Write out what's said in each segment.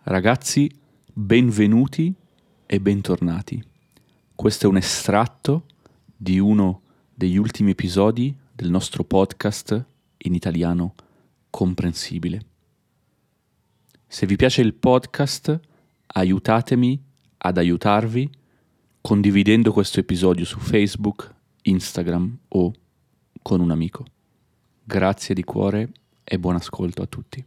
Ragazzi, benvenuti e bentornati. Questo è un estratto di uno degli ultimi episodi del nostro podcast in italiano comprensibile. Se vi piace il podcast, aiutatemi ad aiutarvi condividendo questo episodio su Facebook, Instagram o con un amico. Grazie di cuore e buon ascolto a tutti.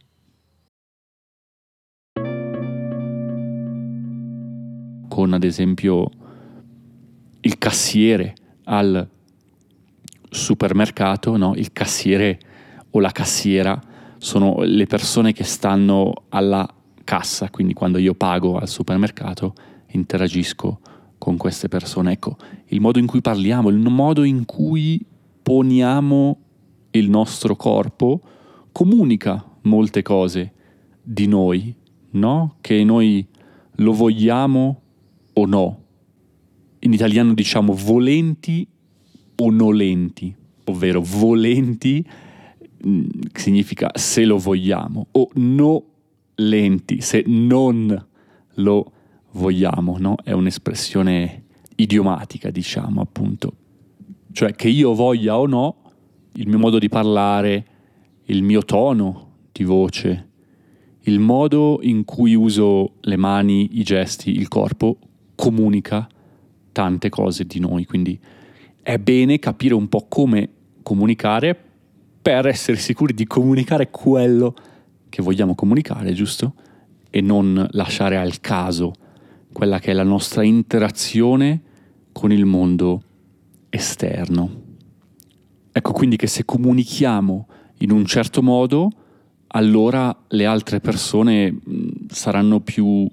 Con ad esempio il cassiere al supermercato, no? Il cassiere o la cassiera sono le persone che stanno alla cassa, quindi quando io pago al supermercato interagisco con queste persone. Ecco, il modo in cui parliamo, il modo in cui poniamo il nostro corpo comunica molte cose di noi, no? Che noi lo vogliamo o no. In italiano diciamo volenti o nolenti, ovvero volenti significa se lo vogliamo, o nolenti se non lo vogliamo, no? È un'espressione idiomatica, diciamo, appunto. Cioè che io voglia o no, il mio modo di parlare, il mio tono di voce, il modo in cui uso le mani, i gesti, il corpo, comunica tante cose di noi. Quindi è bene capire un po' come comunicare per essere sicuri di comunicare quello che vogliamo comunicare, giusto? E non lasciare al caso quella che è la nostra interazione con il mondo esterno. Ecco quindi che se comunichiamo in un certo modo, allora le altre persone saranno più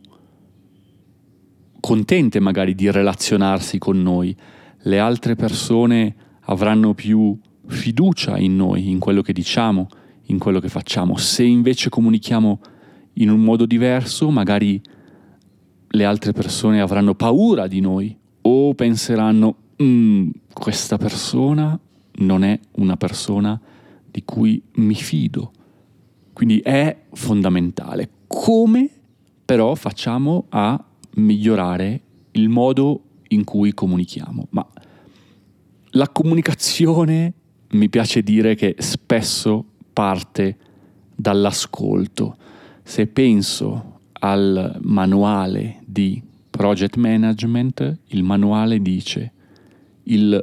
contente magari di relazionarsi con noi, le altre persone avranno più fiducia in noi, in quello che diciamo, in quello che facciamo. Se invece comunichiamo in un modo diverso, magari le altre persone avranno paura di noi o penseranno questa persona non è una persona di cui mi fido. Quindi è fondamentale. Come però facciamo a migliorare il modo in cui comunichiamo? Ma la comunicazione, mi piace dire che spesso parte dall'ascolto. Se penso al manuale di project management, il manuale dice il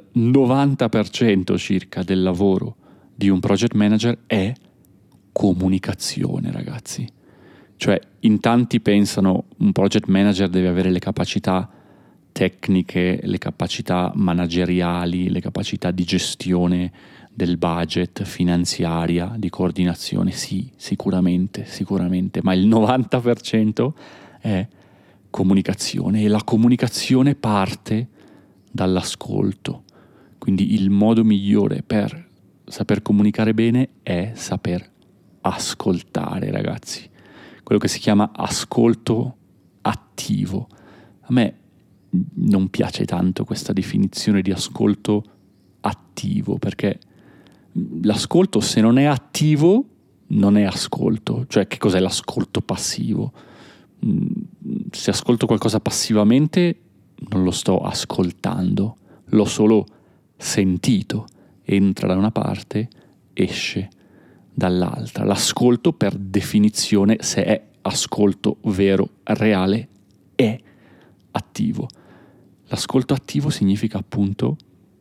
90% circa del lavoro di un project manager è comunicazione, ragazzi. Cioè, in tanti pensano un project manager deve avere le capacità tecniche, le capacità manageriali, le capacità di gestione del budget, finanziaria, di coordinazione. Sì, sicuramente, ma il 90% è comunicazione e la comunicazione parte dall'ascolto. Quindi il modo migliore per saper comunicare bene è saper ascoltare, ragazzi. Quello che si chiama ascolto attivo. A me non piace tanto questa definizione di ascolto attivo, perché l'ascolto, se non è attivo, non è ascolto. Cioè, che cos'è l'ascolto passivo? Se ascolto qualcosa passivamente, non lo sto ascoltando, l'ho solo sentito. Entra da una parte, esce dall'altra. L'ascolto, per definizione, se è ascolto vero, reale, è attivo. L'ascolto attivo significa appunto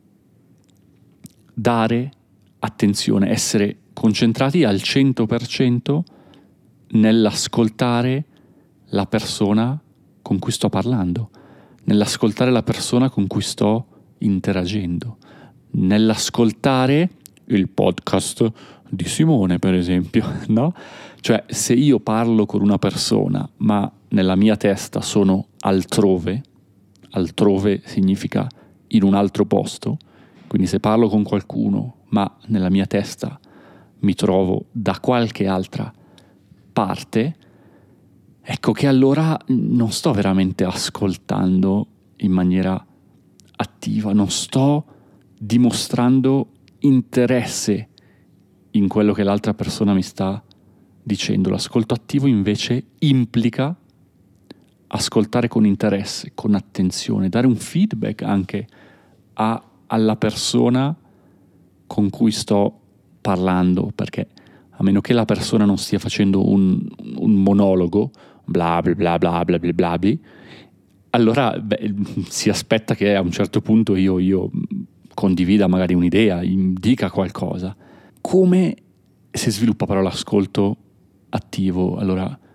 dare attenzione, essere concentrati al 100% nell'ascoltare la persona con cui sto parlando, nell'ascoltare la persona con cui sto interagendo, nell'ascoltare il podcast di Simone, per esempio, no? Cioè, se io parlo con una persona, ma nella mia testa sono altrove significa in un altro posto, quindi se parlo con qualcuno, ma nella mia testa mi trovo da qualche altra parte, ecco che allora non sto veramente ascoltando in maniera attiva, non sto dimostrando interesse in quello che l'altra persona mi sta dicendo. L'ascolto attivo invece implica ascoltare con interesse, con attenzione, dare un feedback anche alla persona con cui sto parlando, perché a meno che la persona non stia facendo un monologo, bla bla bla bla bla bla bla, allora si aspetta che a un certo punto io condivida magari un'idea, dica qualcosa. Come si sviluppa però l'ascolto attivo? Allora,